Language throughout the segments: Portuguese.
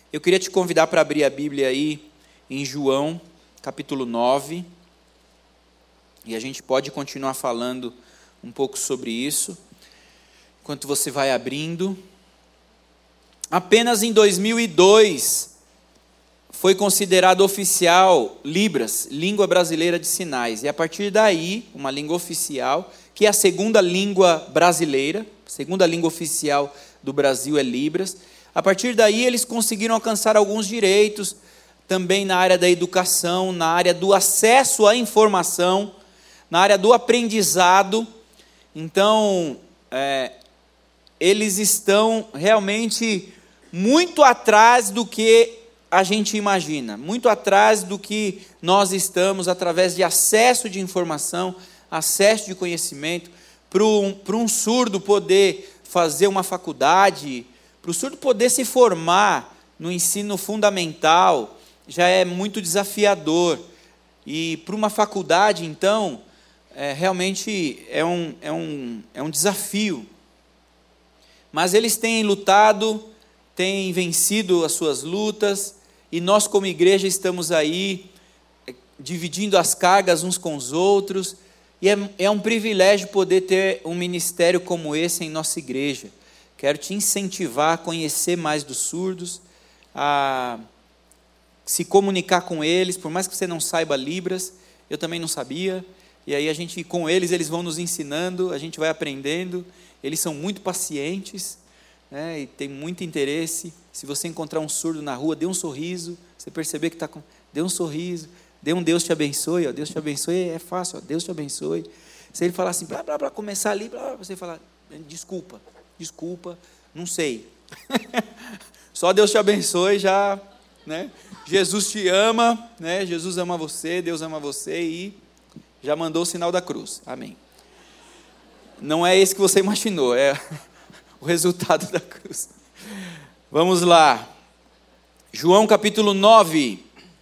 Eu queria te convidar para abrir a Bíblia aí em João, capítulo 9. E a gente pode continuar falando um pouco sobre isso, enquanto você vai abrindo. Apenas em 2002 foi considerado oficial Libras, língua brasileira de sinais. E a partir daí, uma língua oficial, que é a segunda língua brasileira, a segunda língua oficial do Brasil é Libras. A partir daí eles conseguiram alcançar alguns direitos, também na área da educação, na área do acesso à informação, na área do aprendizado. Então, eles estão realmente muito atrás do que a gente imagina, muito atrás do que nós estamos, através de acesso de informação, acesso de conhecimento, para um surdo poder fazer uma faculdade, para o surdo poder se formar no ensino fundamental, já é muito desafiador. E para uma faculdade, então, realmente é um desafio. Mas eles têm lutado, têm vencido as suas lutas, e nós como igreja estamos aí, dividindo as cargas uns com os outros, e é um privilégio poder ter um ministério como esse em nossa igreja. Quero te incentivar a conhecer mais dos surdos, a se comunicar com eles, por mais que você não saiba Libras, eu também não sabia, e aí com eles vão nos ensinando, a gente vai aprendendo, eles são muito pacientes, né, e tem muito interesse. Se você encontrar um surdo na rua, dê um sorriso, você perceber que está com... dê um sorriso, dê um Deus te abençoe, ó, Deus te abençoe, é fácil, ó, Deus te abençoe. Se ele falar assim, para começar ali, você falar, desculpa, não sei. Só Deus te abençoe já, né? Jesus te ama, né? Jesus ama você, Deus ama você e já mandou o sinal da cruz. Amém. Não é esse que você imaginou, é o resultado da cruz. Vamos lá. João capítulo 9.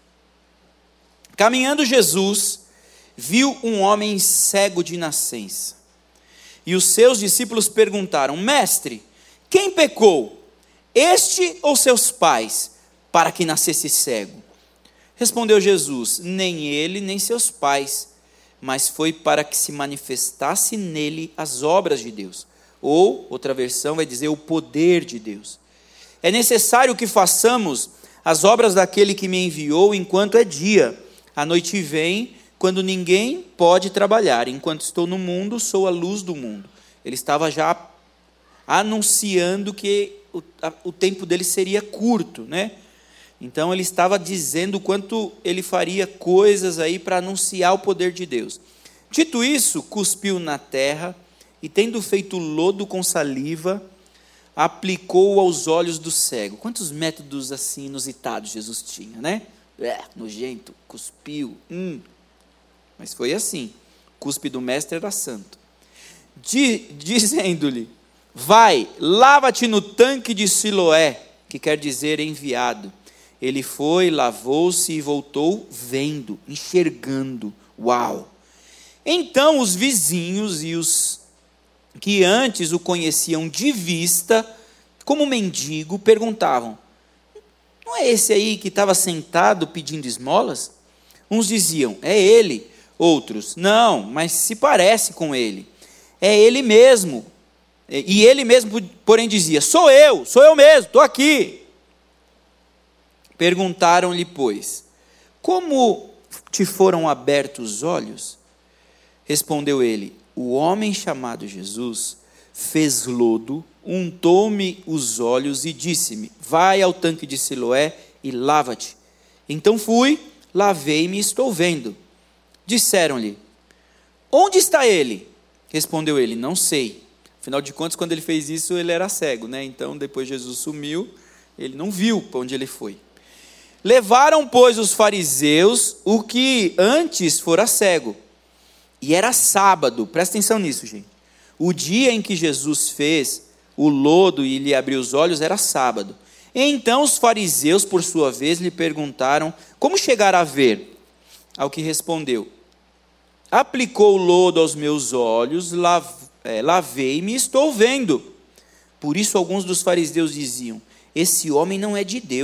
Caminhando Jesus, viu um homem cego de nascença. E os seus discípulos perguntaram: Mestre, quem pecou, este ou seus pais, para que nascesse cego? Respondeu Jesus: Nem ele, nem seus pais, mas foi para que se manifestasse nele as obras de Deus. Ou, outra versão vai dizer, o poder de Deus. É necessário que façamos as obras daquele que me enviou enquanto é dia. A noite vem, quando ninguém pode trabalhar. Enquanto estou no mundo, sou a luz do mundo. Ele estava já anunciando que o tempo dele seria curto, né? Então ele estava dizendo o quanto ele faria coisas aí para anunciar o poder de Deus. Dito isso, cuspiu na terra e, tendo feito lodo com saliva, aplicou aos olhos do cego. Quantos métodos assim inusitados Jesus tinha, né? Nojento, cuspiu. Mas foi assim. O cuspe do mestre era santo. Dizendo-lhe: vai, lava-te no tanque de Siloé, que quer dizer enviado. Ele foi, lavou-se e voltou vendo, enxergando. Uau! Então os vizinhos e os que antes o conheciam de vista, como mendigo, perguntavam: não é esse aí que estava sentado pedindo esmolas? Uns diziam: é ele. Outros: não, mas se parece com ele. É ele mesmo. E ele mesmo, porém, dizia: sou eu mesmo, estou aqui. Perguntaram-lhe, pois: como te foram abertos os olhos? Respondeu ele: o homem chamado Jesus fez lodo, untou-me os olhos e disse-me: vai ao tanque de Siloé e lava-te. Então fui, lavei-me e estou vendo. Disseram-lhe: onde está ele? Respondeu ele: não sei. Afinal de contas, quando ele fez isso, ele era cego, né? Então depois Jesus sumiu, ele não viu para onde ele foi. Levaram, pois, os fariseus o que antes fora cego. E era sábado, presta atenção nisso, gente. O dia em que Jesus fez o lodo e lhe abriu os olhos era sábado. Então os fariseus, por sua vez, lhe perguntaram: como chegar a ver? Ao que respondeu: aplicou o lodo aos meus olhos, lavei-me e estou vendo. Por isso alguns dos fariseus diziam: esse homem não é de Deus,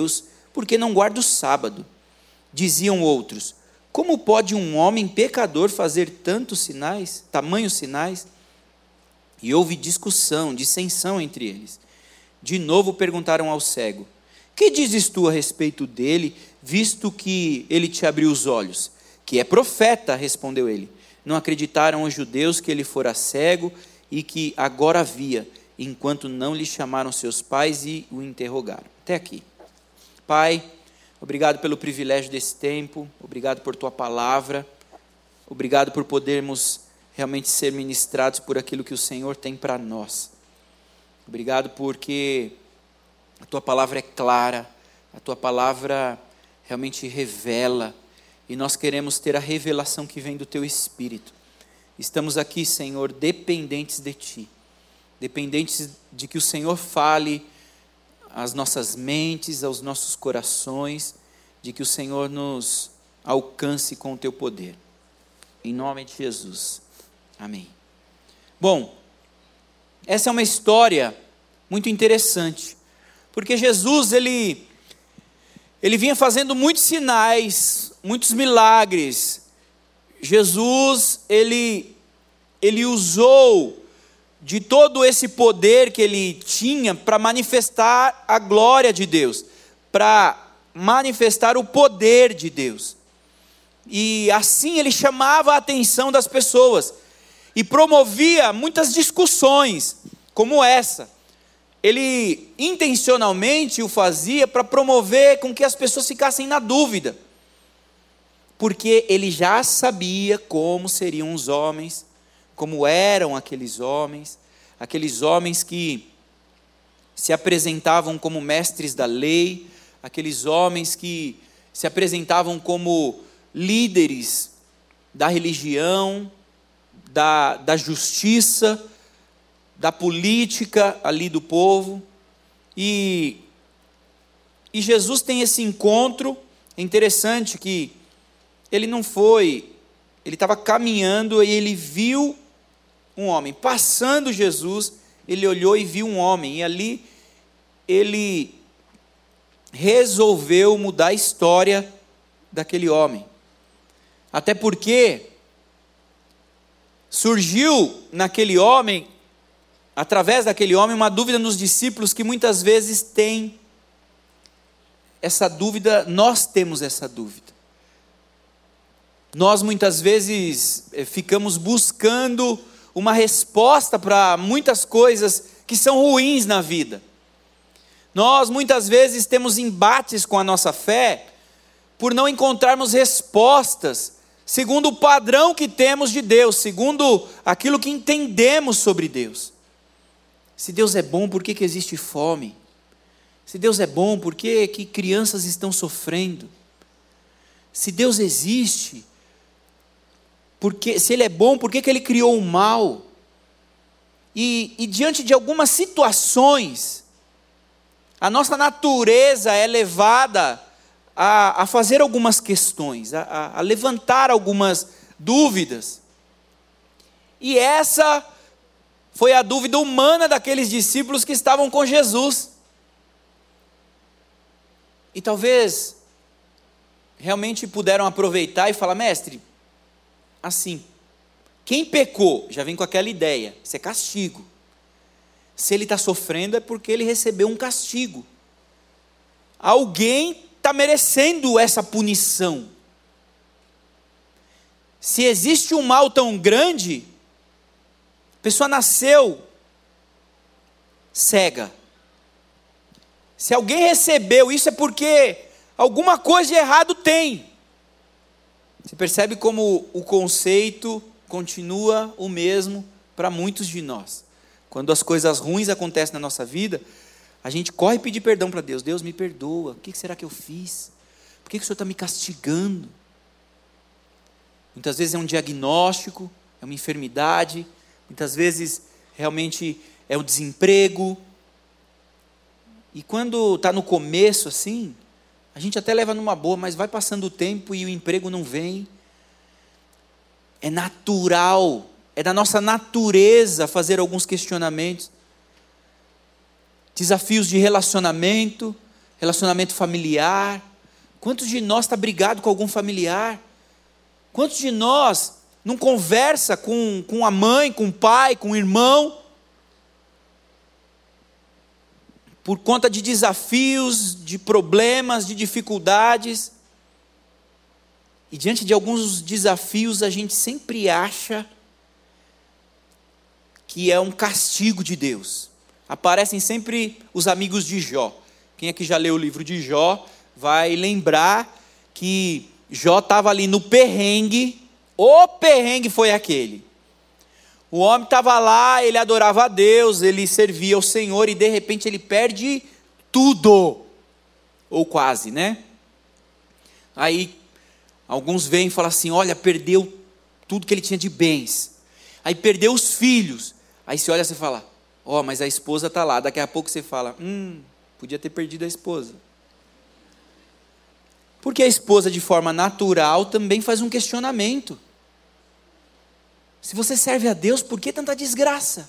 porque não guarda o sábado. Diziam outros: como pode um homem pecador fazer tamanhos sinais? E houve discussão, dissensão entre eles. De novo perguntaram ao cego: que dizes tu a respeito dele, visto que ele te abriu os olhos? Que é profeta, respondeu ele. Não acreditaram os judeus que ele fora cego e que agora via, enquanto não lhe chamaram seus pais e o interrogaram. Até aqui. Pai, obrigado pelo privilégio desse tempo, obrigado por tua palavra, obrigado por podermos realmente ser ministrados por aquilo que o Senhor tem para nós. Obrigado porque a tua palavra é clara, a tua palavra realmente revela, e nós queremos ter a revelação que vem do teu Espírito. Estamos aqui, Senhor, dependentes de ti, dependentes de que o Senhor fale às nossas mentes, aos nossos corações, de que o Senhor nos alcance com o teu poder. Em nome de Jesus. Amém. Bom, essa é uma história muito interessante, porque Jesus, ele vinha fazendo muitos sinais, muitos milagres. Jesus, ele usou de todo esse poder que ele tinha para manifestar a glória de Deus, para manifestar o poder de Deus. E assim ele chamava a atenção das pessoas e promovia muitas discussões, como essa. Ele intencionalmente o fazia para promover com que as pessoas ficassem na dúvida, porque ele já sabia como seriam os homens, como eram aqueles homens que se apresentavam como mestres da lei, aqueles homens que se apresentavam como líderes da religião, da justiça, da política ali do povo. E Jesus tem esse encontro. É interessante que ele estava caminhando e ele viu um homem, passando Jesus, ele olhou e viu um homem, e ali ele resolveu mudar a história daquele homem, até porque surgiu naquele homem, através daquele homem, uma dúvida nos discípulos que muitas vezes tem essa dúvida. Nós temos essa dúvida. Nós muitas vezes ficamos buscando uma resposta para muitas coisas que são ruins na vida. Nós muitas vezes temos embates com a nossa fé por não encontrarmos respostas segundo o padrão que temos de Deus, segundo aquilo que entendemos sobre Deus. Se Deus é bom, por que existe fome? Se Deus é bom, por que crianças estão sofrendo? Se Deus existe, se Ele é bom, por que Ele criou o mal? E diante de algumas situações, a nossa natureza é levada a fazer algumas questões, a levantar algumas dúvidas. E essa foi a dúvida humana daqueles discípulos que estavam com Jesus. E talvez realmente puderam aproveitar e falar: mestre, assim, quem pecou, já vem com aquela ideia, isso é castigo. Se ele está sofrendo é porque ele recebeu um castigo. Alguém está merecendo essa punição. Se existe um mal tão grande, a pessoa nasceu cega. Se alguém recebeu isso é porque alguma coisa de errado tem. Você percebe como o conceito continua o mesmo para muitos de nós. Quando as coisas ruins acontecem na nossa vida, a gente corre pedir perdão para Deus. Deus, me perdoa, o que será que eu fiz? Por que o Senhor está me castigando? Muitas vezes é um diagnóstico, é uma enfermidade, muitas vezes realmente é o desemprego. E quando está no começo assim, a gente até leva numa boa, mas vai passando o tempo e o emprego não vem. É natural, é da nossa natureza fazer alguns questionamentos. Desafios de relacionamento, relacionamento familiar. Quantos de nós está brigado com algum familiar? Quantos de nós não conversa com a mãe, com o pai, com o irmão, por conta de desafios, de problemas, de dificuldades? E diante de alguns desafios, a gente sempre acha que é um castigo de Deus. Aparecem sempre os amigos de Jó. Quem aqui já leu o livro de Jó vai lembrar que Jó estava ali no perrengue. O perrengue foi aquele. O homem estava lá, ele adorava a Deus, ele servia ao Senhor e de repente ele perde tudo. Ou quase, né? Aí alguns vêm e falam assim, olha, perdeu tudo que ele tinha de bens. Aí perdeu os filhos. Aí você olha e você fala, mas a esposa está lá. Daqui a pouco você fala, podia ter perdido a esposa. Porque a esposa, de forma natural, também faz um questionamento. Se você serve a Deus, por que tanta desgraça?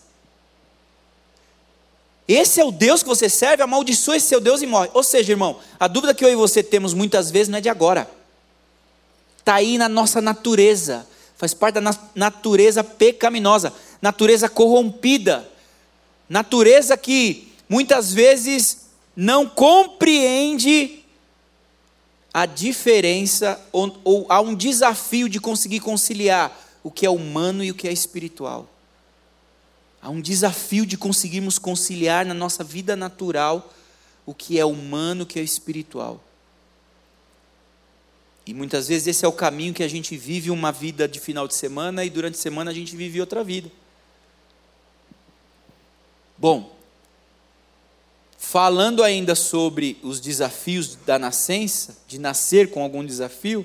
Esse é o Deus que você serve, amaldiçoa esse seu Deus e morre. Ou seja, irmão, a dúvida que eu e você temos muitas vezes não é de agora. Está aí na nossa natureza. Faz parte da natureza pecaminosa, natureza corrompida, natureza que muitas vezes não compreende a diferença, ou há um desafio de conseguir conciliar o que é humano e o que é espiritual. Há um desafio de conseguirmos conciliar na nossa vida natural o que é humano e o que é espiritual. E muitas vezes esse é o caminho que a gente vive uma vida de final de semana e durante a semana a gente vive outra vida. Bom, falando ainda sobre os desafios da nascença, de nascer com algum desafio,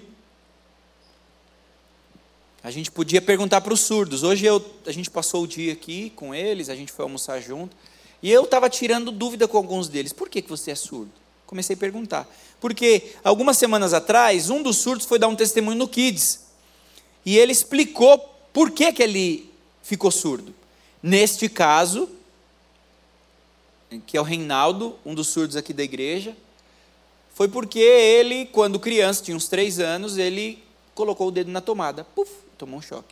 a gente podia perguntar para os surdos. Hoje a gente passou o dia aqui com eles, a gente foi almoçar junto, e eu estava tirando dúvida com alguns deles. Por que você é surdo? Comecei a perguntar. Porque algumas semanas atrás, um dos surdos foi dar um testemunho no Kids, e ele explicou por que ele ficou surdo. Neste caso, que é o Reinaldo, um dos surdos aqui da igreja, foi porque ele, quando criança, tinha uns 3 anos, ele colocou o dedo na tomada, tomou um choque.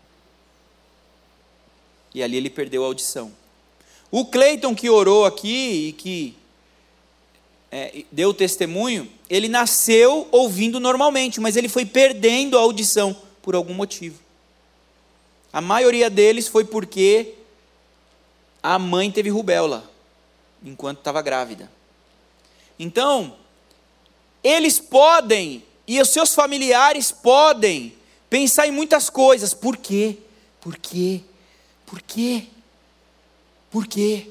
E ali ele perdeu a audição. O Cleiton, que orou aqui e que deu testemunho, ele nasceu ouvindo normalmente, mas ele foi perdendo a audição por algum motivo. A maioria deles foi porque a mãe teve rubéola enquanto estava grávida. Então, eles podem, e os seus familiares podem, pensar em muitas coisas. Por quê? Por quê? Por quê? Por quê?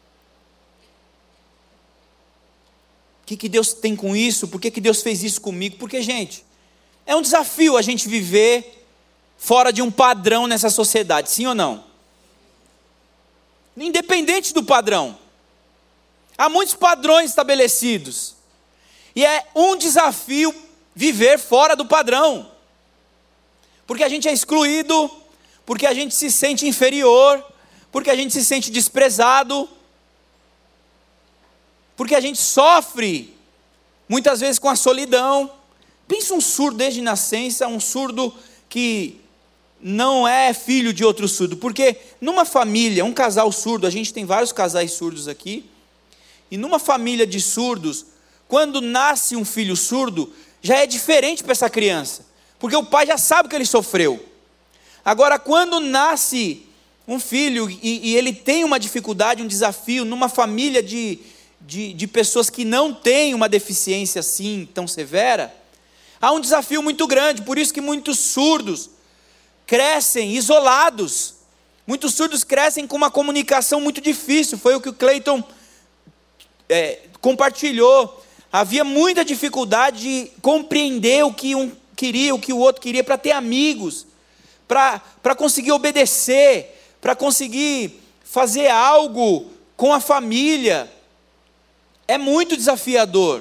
O que Deus tem com isso? Por que Deus fez isso comigo? Porque, gente, é um desafio a gente viver fora de um padrão nessa sociedade, sim ou não? Independente do padrão. Há muitos padrões estabelecidos. E é um desafio viver fora do padrão. Porque a gente é excluído, porque a gente se sente inferior, porque a gente se sente desprezado, porque a gente sofre, muitas vezes, com a solidão. Pensa um surdo desde nascença, um surdo que não é filho de outro surdo. Porque numa família, um casal surdo, a gente tem vários casais surdos aqui, e numa família de surdos, quando nasce um filho surdo, já é diferente para essa criança, porque o pai já sabe que ele sofreu. Agora, quando nasce um filho e ele tem uma dificuldade, um desafio, numa família de pessoas que não têm uma deficiência assim tão severa, há um desafio muito grande. Por isso que muitos surdos crescem isolados, muitos surdos crescem com uma comunicação muito difícil. Foi o que o Cleiton compartilhou. Havia muita dificuldade de compreender o que um queria, o que o outro queria, para ter amigos, para conseguir obedecer, para conseguir fazer algo com a família. É muito desafiador.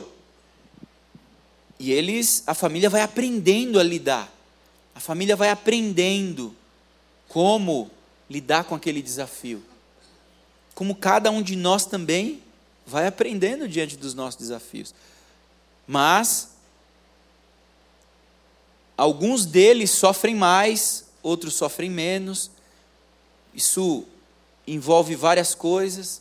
E a família vai aprendendo a lidar. A família vai aprendendo como lidar com aquele desafio. Como cada um de nós também vai aprendendo diante dos nossos desafios. Mas alguns deles sofrem mais, outros sofrem menos. Isso envolve várias coisas.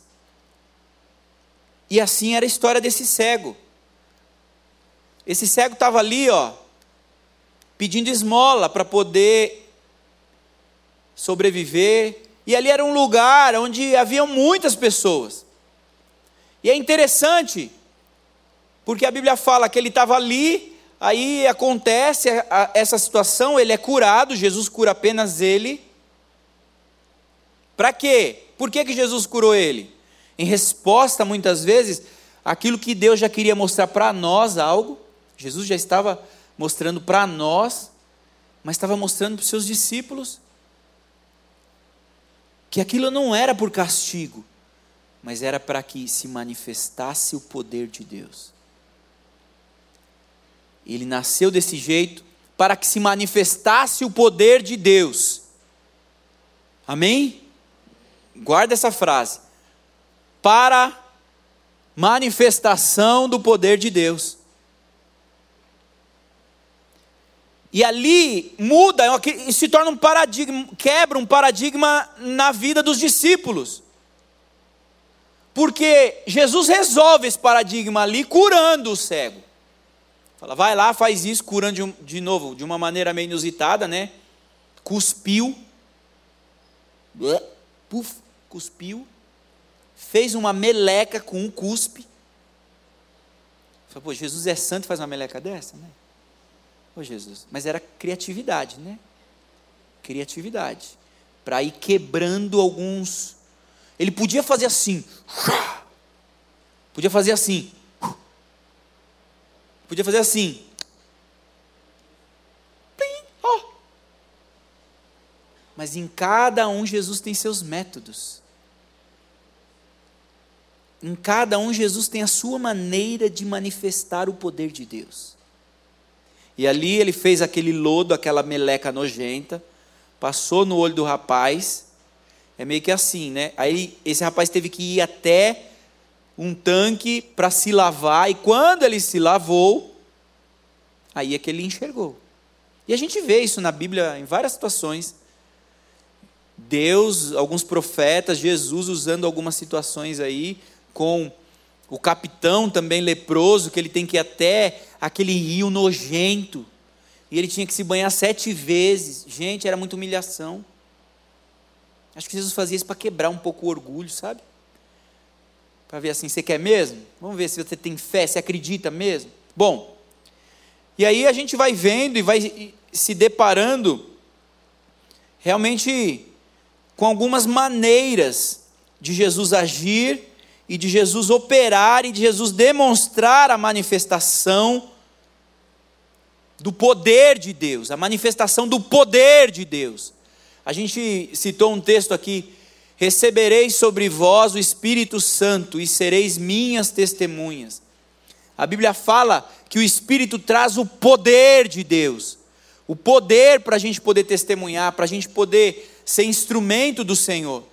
E assim era a história desse cego. Esse cego estava ali, pedindo esmola para poder sobreviver. E ali era um lugar onde haviam muitas pessoas. E é interessante, porque a Bíblia fala que ele estava ali, aí acontece essa situação, ele é curado, Jesus cura apenas ele. Para quê? Por que Jesus curou ele? Em resposta, muitas vezes, àquilo que Deus já queria mostrar para nós algo, Jesus já estava mostrando para nós, mas estava mostrando para os seus discípulos, que aquilo não era por castigo, mas era para que se manifestasse o poder de Deus. Ele nasceu desse jeito, para que se manifestasse o poder de Deus. Amém? Guarda essa frase. Para manifestação do poder de Deus. E ali muda, se torna um paradigma, quebra um paradigma na vida dos discípulos. Porque Jesus resolve esse paradigma ali, curando o cego. Fala, vai lá, faz isso, curando de novo, de uma maneira meio inusitada, né? Cuspiu. Puf, cuspiu. Fez uma meleca com um cuspe. Fala, pô, Jesus é santo e faz uma meleca dessa, né? Ô Jesus, mas era criatividade, né? Criatividade. Para ir quebrando alguns. Ele podia fazer assim. Podia fazer assim. Podia fazer assim. Mas em cada um Jesus tem seus métodos. Em cada um Jesus tem a sua maneira de manifestar o poder de Deus. E ali ele fez aquele lodo, aquela meleca nojenta, passou no olho do rapaz, é meio que assim, né? Aí esse rapaz teve que ir até um tanque para se lavar, e quando ele se lavou, aí é que ele enxergou. E a gente vê isso na Bíblia em várias situações. Deus, alguns profetas, Jesus usando algumas situações aí, com o capitão também leproso, que ele tem que ir até aquele rio nojento, e ele tinha que se banhar 7 vezes, gente, era muita humilhação. Acho que Jesus fazia isso para quebrar um pouco o orgulho, sabe? Para ver assim, você quer mesmo? Vamos ver se você tem fé, se acredita mesmo? Bom, e aí a gente vai vendo e vai se deparando realmente com algumas maneiras de Jesus agir, e de Jesus operar, e de Jesus demonstrar a manifestação do poder de Deus, a manifestação do poder de Deus. A gente citou um texto aqui: recebereis sobre vós o Espírito Santo e sereis minhas testemunhas. A Bíblia fala que o Espírito traz o poder de Deus, o poder para a gente poder testemunhar, para a gente poder ser instrumento do Senhor.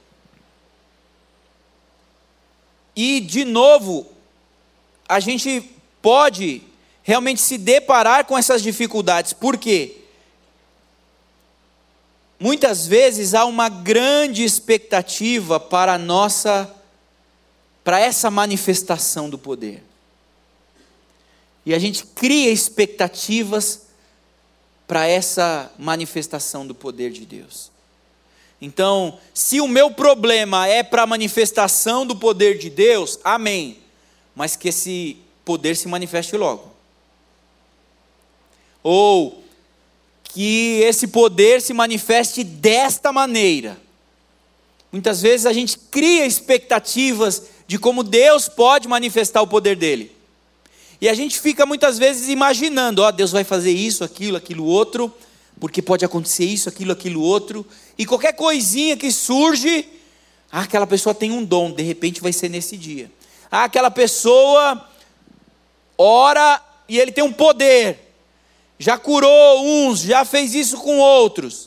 E, de novo, a gente pode realmente se deparar com essas dificuldades. Por quê? Muitas vezes há uma grande expectativa para essa manifestação do poder. E a gente cria expectativas para essa manifestação do poder de Deus. Então, se o meu problema é para a manifestação do poder de Deus, amém. Mas que esse poder se manifeste logo. Ou que esse poder se manifeste desta maneira. Muitas vezes a gente cria expectativas de como Deus pode manifestar o poder dele. E a gente fica muitas vezes imaginando, Deus vai fazer isso, aquilo outro, porque pode acontecer isso, aquilo outro, e qualquer coisinha que surge, aquela pessoa tem um dom, de repente vai ser nesse dia. Aquela pessoa ora e ele tem um poder, já curou uns, já fez isso com outros.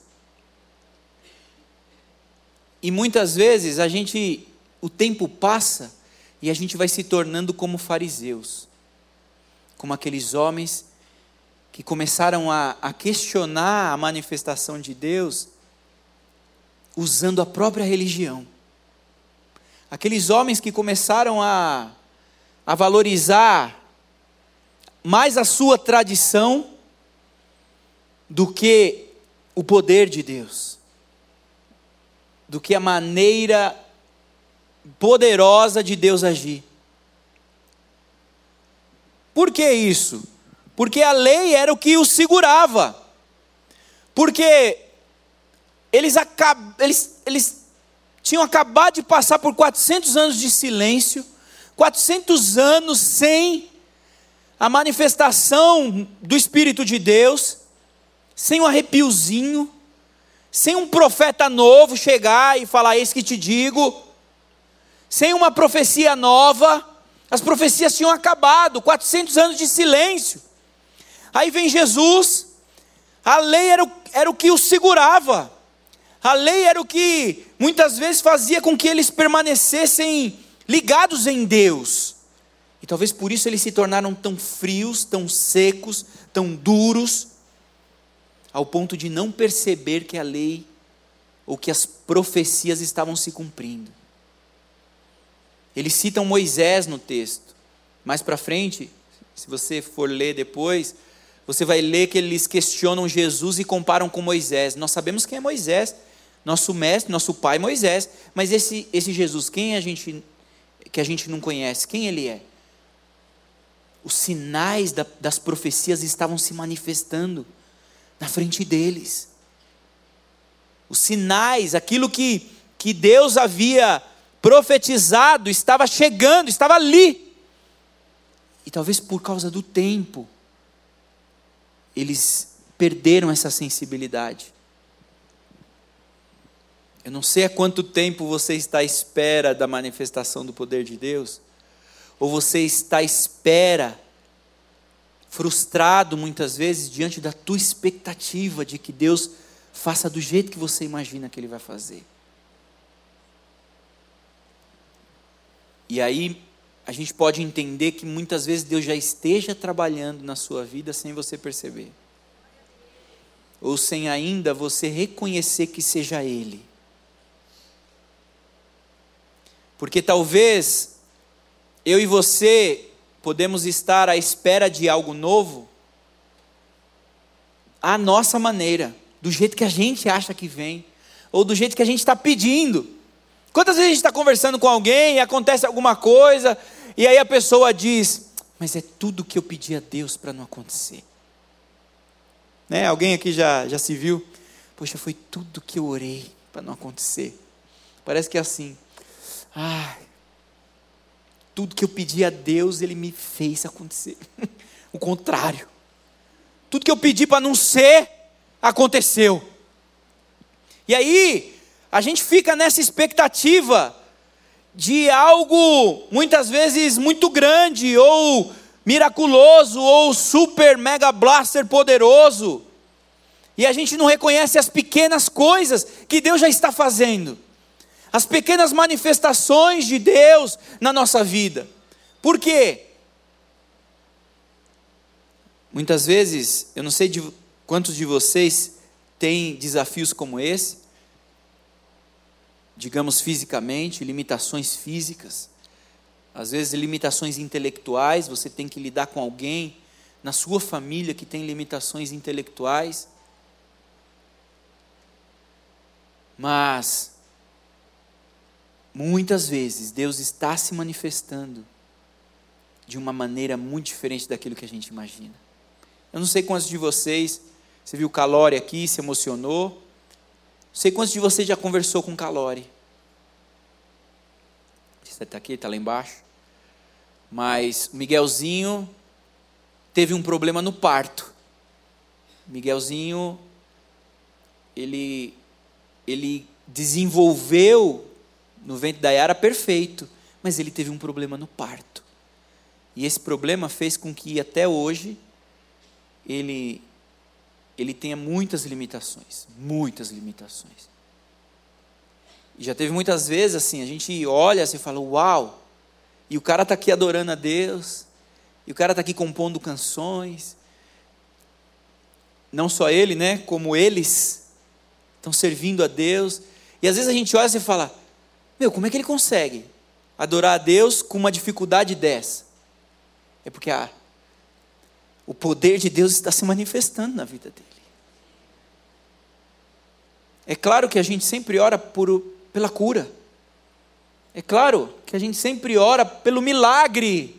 E muitas vezes o tempo passa E a gente vai se tornando como fariseus, como aqueles homens que começaram a questionar a manifestação de Deus usando a própria religião. Aqueles homens que começaram a valorizar mais a sua tradição do que o poder de Deus, do que a maneira poderosa de Deus agir. Por que isso? Porque a lei era o que os segurava. Porque eles tinham acabado de passar por 400 anos de silêncio, 400 anos sem a manifestação do Espírito de Deus, sem um arrepiozinho, sem um profeta novo chegar e falar, eis que te digo, sem uma profecia nova. As profecias tinham acabado, 400 anos de silêncio. Aí vem Jesus, a lei era o que os segurava, a lei era o que muitas vezes fazia com que eles permanecessem ligados em Deus. E talvez por isso eles se tornaram tão frios, tão secos, tão duros, ao ponto de não perceber que a lei, ou que as profecias estavam se cumprindo. Eles citam Moisés no texto. Mais para frente, se você for ler depois, você vai ler que eles questionam Jesus e comparam com Moisés. Nós sabemos quem é Moisés, nosso mestre, nosso pai Moisés, mas esse Jesus, quem que a gente não conhece, quem ele é? Os sinais das profecias estavam se manifestando na frente deles. Os sinais, aquilo que Deus havia profetizado, estava chegando, estava ali. E talvez por causa do tempo, eles perderam essa sensibilidade. Eu não sei há quanto tempo você está à espera da manifestação do poder de Deus, ou você está à espera, frustrado muitas vezes, diante da tua expectativa de que Deus faça do jeito que você imagina que Ele vai fazer. E aí, a gente pode entender que muitas vezes Deus já esteja trabalhando na sua vida sem você perceber. Ou sem ainda você reconhecer que seja Ele. Porque talvez eu e você podemos estar à espera de algo novo à nossa maneira, do jeito que a gente acha que vem, ou do jeito que a gente está pedindo. Quantas vezes a gente está conversando com alguém e acontece alguma coisa, e aí a pessoa diz, mas é tudo que eu pedi a Deus para não acontecer. Né? Alguém aqui já se viu? Poxa, foi tudo que eu orei para não acontecer. Parece que é assim. Tudo que eu pedi a Deus, Ele me fez acontecer. O contrário. Tudo que eu pedi para não ser, aconteceu. E aí, a gente fica nessa expectativa de algo, muitas vezes, muito grande, ou miraculoso, ou super mega blaster poderoso. E a gente não reconhece as pequenas coisas que Deus já está fazendo. As pequenas manifestações de Deus na nossa vida. Por quê? Muitas vezes, eu não sei quantos de vocês têm desafios como esse, digamos fisicamente, limitações físicas, às vezes limitações intelectuais, você tem que lidar com alguém na sua família que tem limitações intelectuais. Mas muitas vezes Deus está se manifestando de uma maneira muito diferente daquilo que a gente imagina. Eu não sei quantos de vocês, você viu o Calori aqui, se emocionou. Não sei quantos de vocês já conversou com o Calori. Você está aqui, está lá embaixo. Mas o Miguelzinho teve um problema no parto. Miguelzinho, ele desenvolveu no ventre da Yara perfeito, mas ele teve um problema no parto. E esse problema fez com que até hoje ele tenha muitas limitações. E já teve muitas vezes assim, a gente olha assim e fala, uau, E o cara está aqui adorando a Deus, e o cara está aqui compondo canções. Não só ele, né? Como eles estão servindo a Deus. E às vezes a gente olha e fala, meu, como é que ele consegue adorar a Deus com uma dificuldade dessa? É porque o poder de Deus está se manifestando na vida dele. É claro que a gente sempre ora pela cura. É claro que a gente sempre ora pelo milagre.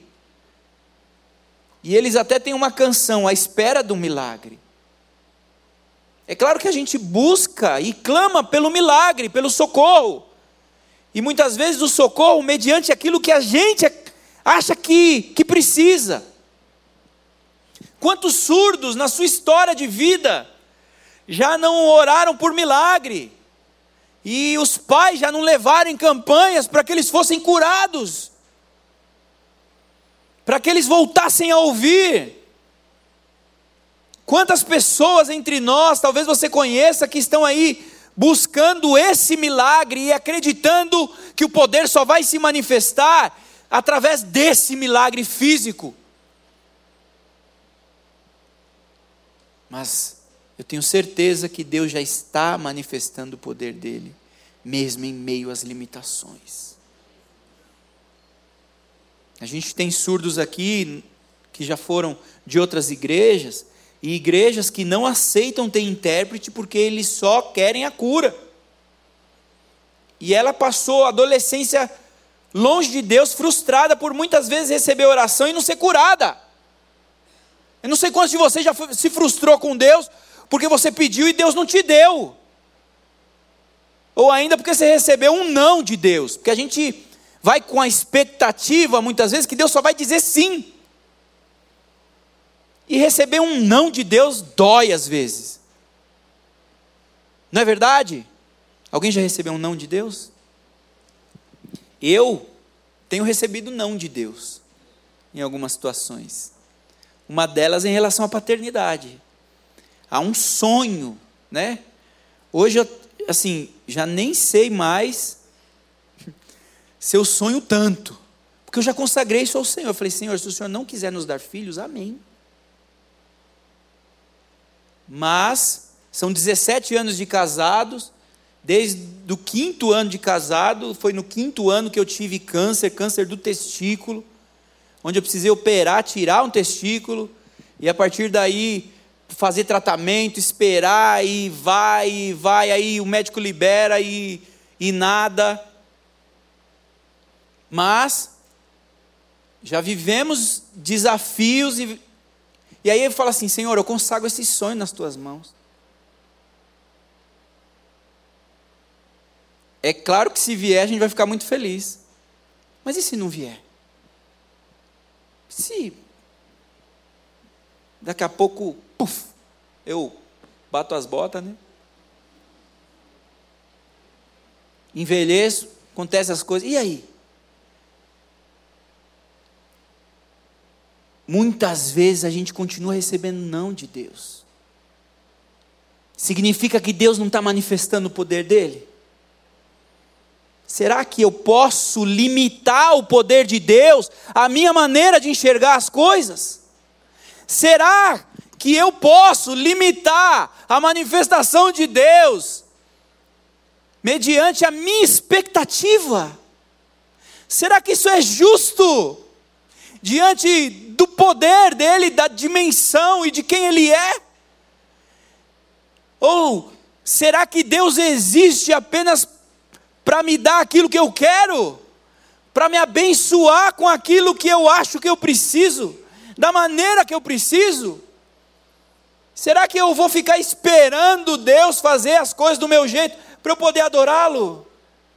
E eles até têm uma canção, à espera do milagre. É claro que a gente busca e clama pelo milagre, pelo socorro. E muitas vezes o socorro mediante aquilo que a gente acha que precisa. Quantos surdos na sua história de vida já não oraram por milagre? E os pais já não levaram em campanhas para que eles fossem curados, para que eles voltassem a ouvir. Quantas pessoas entre nós, talvez você conheça, que estão aí buscando esse milagre e acreditando que o poder só vai se manifestar através desse milagre físico. Mas eu tenho certeza que Deus já está manifestando o poder dele, mesmo em meio às limitações. A gente tem surdos aqui, que já foram de outras igrejas, e igrejas que não aceitam ter intérprete, porque eles só querem a cura. E ela passou a adolescência longe de Deus, frustrada por muitas vezes receber oração e não ser curada. Eu não sei quantos de vocês já se frustrou com Deus, porque você pediu e Deus não te deu. Ou ainda porque você recebeu um não de Deus. Porque a gente vai com a expectativa, muitas vezes, que Deus só vai dizer sim. E receber um não de Deus dói às vezes. Não é verdade? Alguém já recebeu um não de Deus? Eu tenho recebido não de Deus, em algumas situações. Uma delas em relação à paternidade. Há um sonho, né? Hoje eu, já nem sei mais se eu sonho tanto, porque eu já consagrei isso ao Senhor. Eu falei, Senhor, se o Senhor não quiser nos dar filhos, amém. Mas são 17 anos de casados, desde o 5º ano de casado, foi no 5º ano que eu tive câncer do testículo, onde eu precisei operar, tirar um testículo, e a partir daí fazer tratamento, esperar, e vai, aí o médico libera e nada. Mas já vivemos desafios, e aí ele fala assim, Senhor, eu consagro esse sonho nas tuas mãos. É claro que se vier a gente vai ficar muito feliz, mas e se não vier? Se daqui a pouco, puf, eu bato as botas, né? Envelheço, acontece as coisas, e aí? Muitas vezes a gente continua recebendo não de Deus. Significa que Deus não está manifestando o poder dele? Será que eu posso limitar o poder de Deus à minha maneira de enxergar as coisas? Será que eu posso limitar a manifestação de Deus mediante a minha expectativa? Será que isso é justo diante do poder dele, da dimensão e de quem ele é? Ou será que Deus existe apenas para me dar aquilo que eu quero, para me abençoar com aquilo que eu acho que eu preciso, da maneira que eu preciso? Será que eu vou ficar esperando Deus fazer as coisas do meu jeito para eu poder adorá-lo?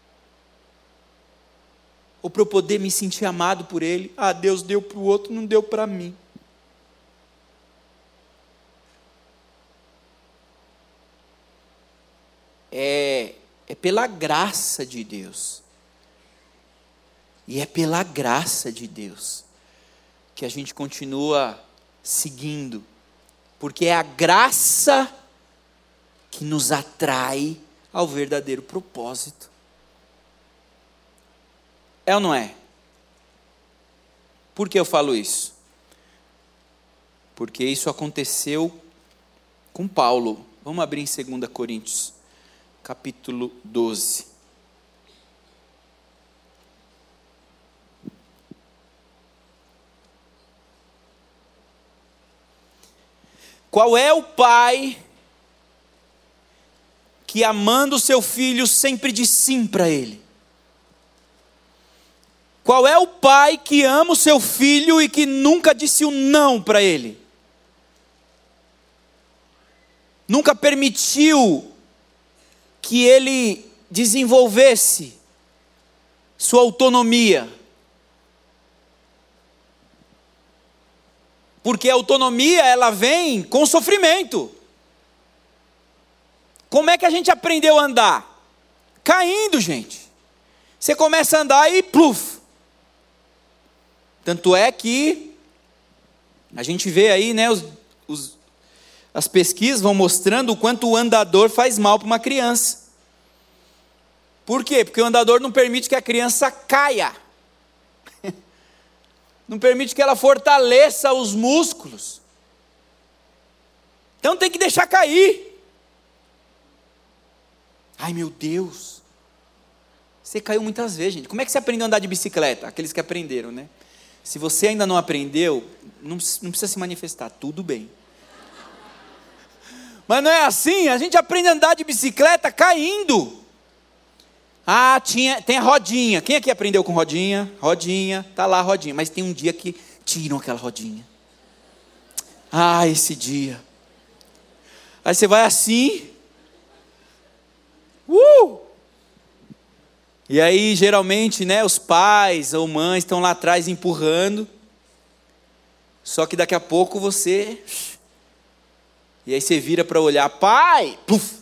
Ou para eu poder me sentir amado por Ele? Ah, Deus deu para o outro, não deu para mim. É pela graça de Deus. E é pela graça de Deus que a gente continua seguindo. Porque é a graça que nos atrai ao verdadeiro propósito. É ou não é? Por que eu falo isso? Porque isso aconteceu com Paulo. Vamos abrir em 2 Coríntios, capítulo 12. Qual é o pai que, amando o seu filho, sempre diz sim para ele? Qual é o pai que ama o seu filho e que nunca disse um não para ele? Nunca permitiu que ele desenvolvesse sua autonomia? Porque a autonomia, ela vem com sofrimento. Como é que a gente aprendeu a andar? Caindo, gente. Você começa a andar e pluf. Tanto é que a gente vê aí, né, as pesquisas vão mostrando o quanto o andador faz mal para uma criança. Por quê? Porque o andador não permite que a criança caia. Não permite que ela fortaleça os músculos. Então tem que deixar cair. Ai, meu Deus. Você caiu muitas vezes, gente. Como é que você aprendeu a andar de bicicleta? Aqueles que aprenderam, né? Se você ainda não aprendeu, não precisa se manifestar, tudo bem. Mas não é assim, a gente aprende a andar de bicicleta caindo. Ah, tem a rodinha. Quem aqui aprendeu com rodinha? Rodinha, tá lá a rodinha. Mas tem um dia que tiram aquela rodinha. Ah, esse dia. Aí você vai assim. E aí, geralmente, né, os pais ou mães estão lá atrás empurrando. Só que daqui a pouco você... E aí você vira para olhar, pai! Puf!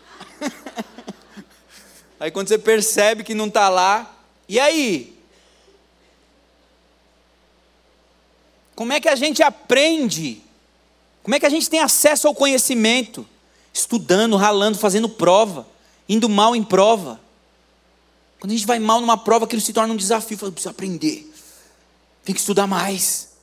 Aí quando você percebe que não está lá, e aí? Como é que a gente aprende? Como é que a gente tem acesso ao conhecimento? Estudando, ralando, fazendo prova, indo mal em prova. Quando a gente vai mal numa prova, aquilo se torna um desafio. Fala, preciso aprender, tem que estudar mais.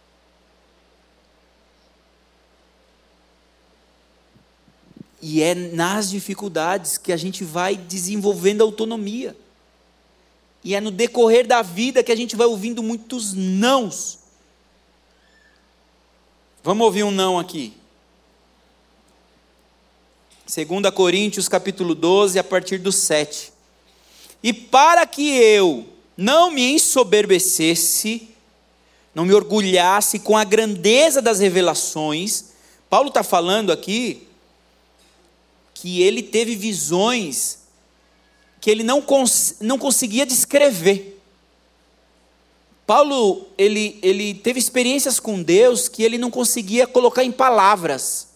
E é nas dificuldades que a gente vai desenvolvendo autonomia. E é no decorrer da vida que a gente vai ouvindo muitos nãos. Vamos ouvir um não aqui. 2 Coríntios capítulo 12, a partir do 7. E para que eu não me ensoberbecesse, não me orgulhasse com a grandeza das revelações, Paulo está falando aqui que ele teve visões que ele não conseguia descrever. Paulo, ele teve experiências com Deus que ele não conseguia colocar em palavras.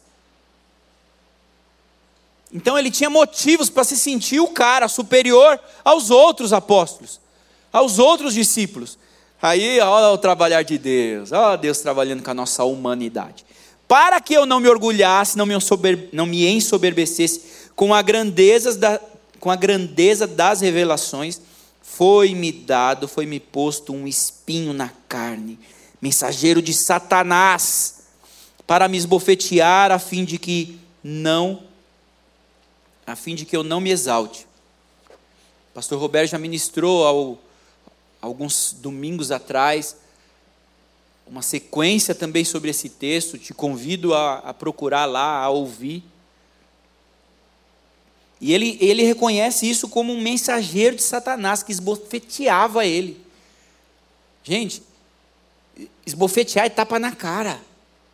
Então ele tinha motivos para se sentir o cara superior aos outros apóstolos, aos outros discípulos. Aí, olha o trabalhar de Deus, olha Deus trabalhando com a nossa humanidade. Para que eu não me orgulhasse, não me ensoberbecesse com a grandeza das revelações, foi-me posto um espinho na carne, mensageiro de Satanás, para me esbofetear, a fim de que eu não me exalte. O pastor Roberto já ministrou alguns domingos atrás uma sequência também sobre esse texto. Te convido a procurar lá, a ouvir. E ele reconhece isso como um mensageiro de Satanás que esbofeteava ele. Gente, esbofetear é tapa na cara.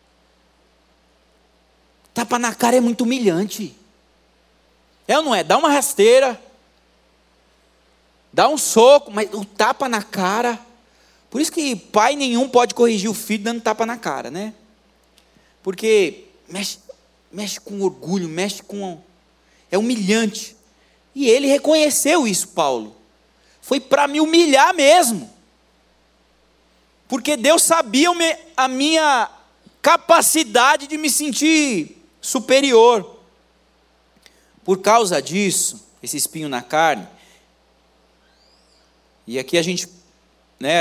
Tapa na cara é muito humilhante. É ou não é? Dá uma rasteira, dá um soco, mas o tapa na cara. Por isso que pai nenhum pode corrigir o filho dando tapa na cara, né? Porque mexe com orgulho, é humilhante. E ele reconheceu isso, Paulo. Foi para me humilhar mesmo. Porque Deus sabia a minha capacidade de me sentir superior. Por causa disso, esse espinho na carne, e aqui a gente, né,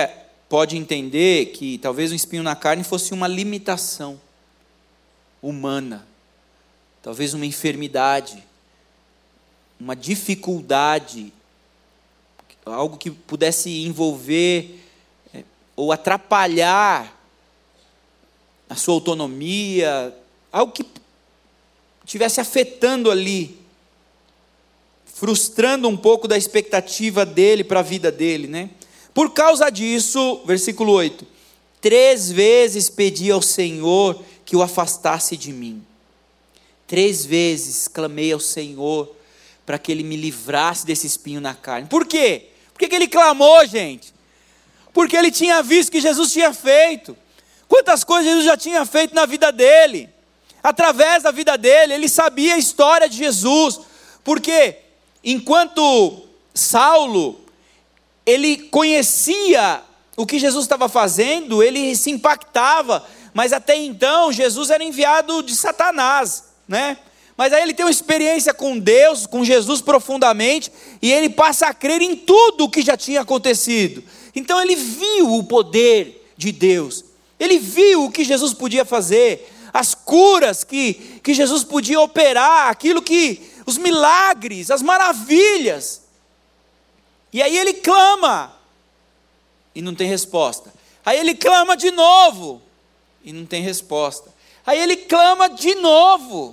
pode entender que talvez um espinho na carne fosse uma limitação humana, talvez uma enfermidade, uma dificuldade, algo que pudesse envolver ou atrapalhar a sua autonomia, algo que estivesse afetando ali, frustrando um pouco da expectativa dele para a vida dele, né? Por causa disso, versículo 8, 3 vezes pedi ao Senhor que o afastasse de mim. 3 vezes clamei ao Senhor para que Ele me livrasse desse espinho na carne. Por quê? Por que ele clamou, gente? Porque ele tinha visto que Jesus tinha feito. Quantas coisas Jesus já tinha feito na vida dele. Através da vida dele, ele sabia a história de Jesus. Porque enquanto Saulo, ele conhecia o que Jesus estava fazendo, ele se impactava, mas até então Jesus era enviado de Satanás, né? Mas aí ele tem uma experiência com Deus, com Jesus profundamente, e ele passa a crer em tudo o que já tinha acontecido. Então ele viu o poder de Deus, ele viu o que Jesus podia fazer, as curas que Jesus podia operar, aquilo que, os milagres, as maravilhas. E aí ele clama, e não tem resposta. Aí ele clama de novo, e não tem resposta. Aí ele clama de novo.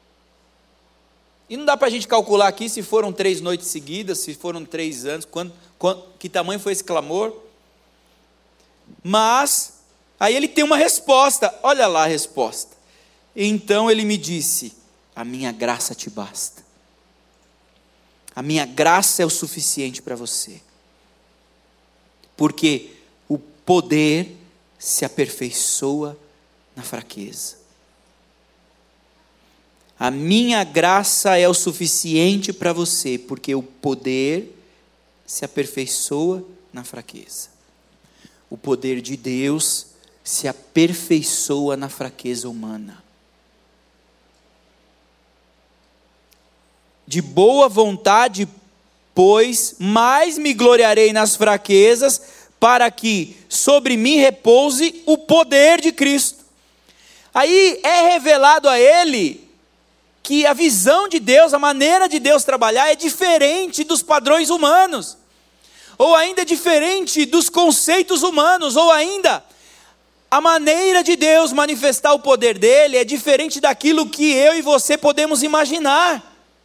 E não dá para a gente calcular aqui se foram 3 noites seguidas, se foram 3 anos, que tamanho foi esse clamor. Mas, aí ele tem uma resposta, olha lá a resposta. Então ele me disse, a minha graça te basta. A minha graça é o suficiente para você. Porque o poder se aperfeiçoa na fraqueza. A minha graça é o suficiente para você, porque o poder se aperfeiçoa na fraqueza. O poder de Deus se aperfeiçoa na fraqueza humana. De boa vontade, pois, mais me gloriarei nas fraquezas, para que sobre mim repouse o poder de Cristo. Aí é revelado a ele que a visão de Deus, a maneira de Deus trabalhar é diferente dos padrões humanos, ou ainda diferente dos conceitos humanos, ou ainda a maneira de Deus manifestar o poder dele é diferente daquilo que eu e você podemos imaginar.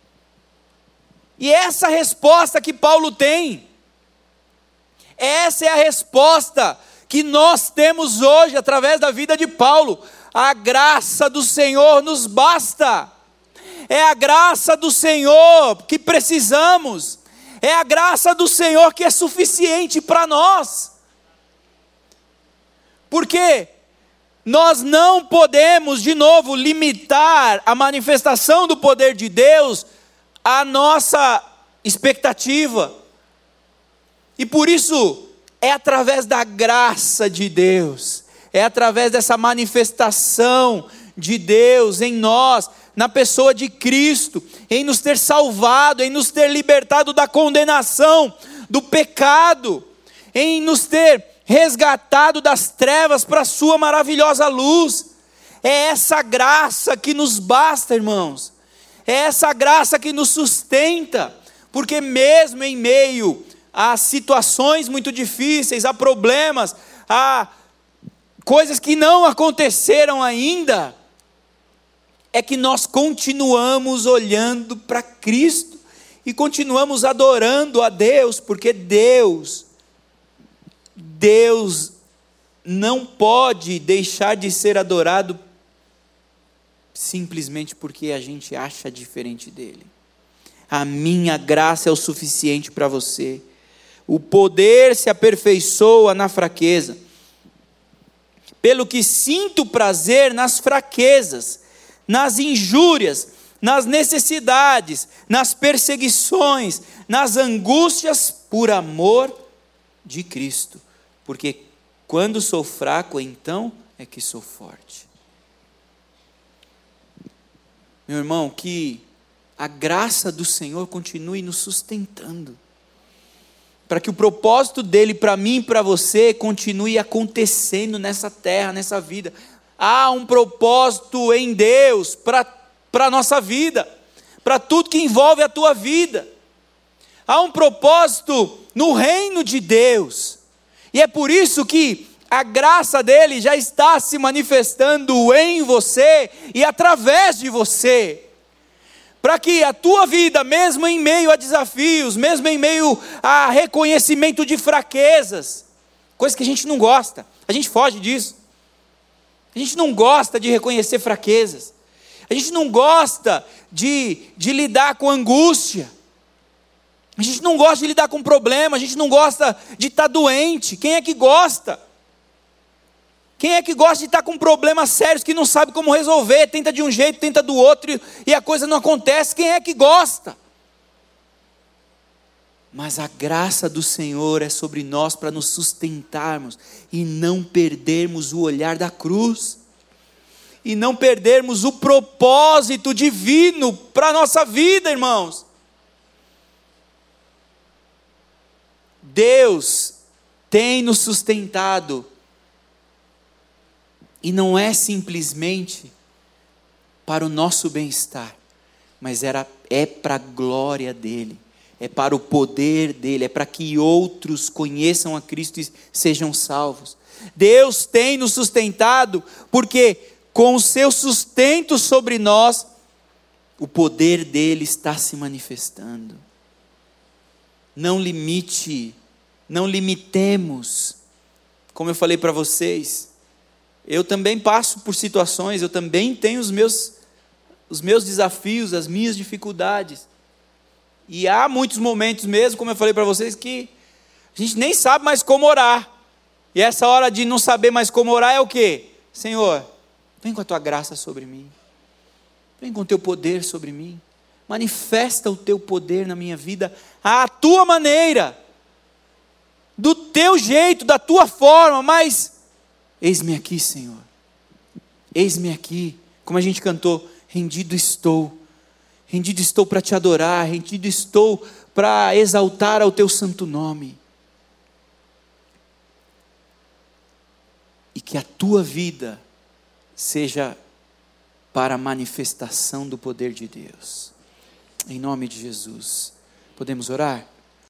E essa resposta que Paulo tem, essa é a resposta que nós temos hoje através da vida de Paulo. A graça do Senhor nos basta. É a graça do Senhor que precisamos. É a graça do Senhor que é suficiente para nós. Porque nós não podemos, de novo, limitar a manifestação do poder de Deus à nossa expectativa. E por isso, é através da graça de Deus, é através dessa manifestação de Deus em nós, na pessoa de Cristo, em nos ter salvado, em nos ter libertado da condenação, do pecado, em nos ter resgatado das trevas para a sua maravilhosa luz. É essa graça que nos basta, irmãos. É essa graça que nos sustenta, porque mesmo em meio a situações muito difíceis, a problemas, a coisas que não aconteceram ainda, é que nós continuamos olhando para Cristo e continuamos adorando a Deus, porque Deus não pode deixar de ser adorado simplesmente porque a gente acha diferente dele. A minha graça é o suficiente para você. O poder se aperfeiçoa na fraqueza. Pelo que sinto prazer nas fraquezas, nas injúrias, nas necessidades, nas perseguições, nas angústias, por amor de Cristo. Porque quando sou fraco, então é que sou forte. Meu irmão, que a graça do Senhor continue nos sustentando. para que o propósito dele para mim e para você continue acontecendo nessa terra, nessa vida. Há um propósito em Deus para a nossa vida, para tudo que envolve a tua vida. Há um propósito no reino de Deus, e é por isso que a graça dele já está se manifestando em você e através de você, para que a tua vida, mesmo em meio a desafios, mesmo em meio a reconhecimento de fraquezas, coisa que a gente não gosta, a gente foge disso, a gente não gosta de reconhecer fraquezas, a gente não gosta de lidar com angústia, a gente não gosta de lidar com problema, a gente não gosta de estar doente. Quem é que gosta? Quem é que gosta de estar com problemas sérios que não sabe como resolver, tenta de um jeito, tenta do outro e a coisa não acontece? Quem é que gosta? Mas a graça do Senhor é sobre nós para nos sustentarmos e não perdermos o olhar da cruz, e não perdermos o propósito divino para a nossa vida, irmãos. Deus tem nos sustentado, e não é simplesmente para o nosso bem-estar, mas é para a glória dEle, é para o poder dEle, é para que outros conheçam a Cristo e sejam salvos. Deus tem nos sustentado, porque com o seu sustento sobre nós, o poder dEle está se manifestando. Não limitemos, como eu falei para vocês, eu também passo por situações, eu também tenho os meus desafios, as minhas dificuldades, e há muitos momentos mesmo, como eu falei para vocês, que a gente nem sabe mais como orar, e essa hora de não saber mais como orar é o quê? Senhor, vem com a tua graça sobre mim, vem com o teu poder sobre mim, manifesta o teu poder na minha vida, à tua maneira, do teu jeito, da tua forma, mas eis-me aqui, Senhor, eis-me aqui, como a gente cantou, rendido estou para te adorar, rendido estou para exaltar ao teu santo nome, e que a tua vida seja para a manifestação do poder de Deus, em nome de Jesus. Podemos orar?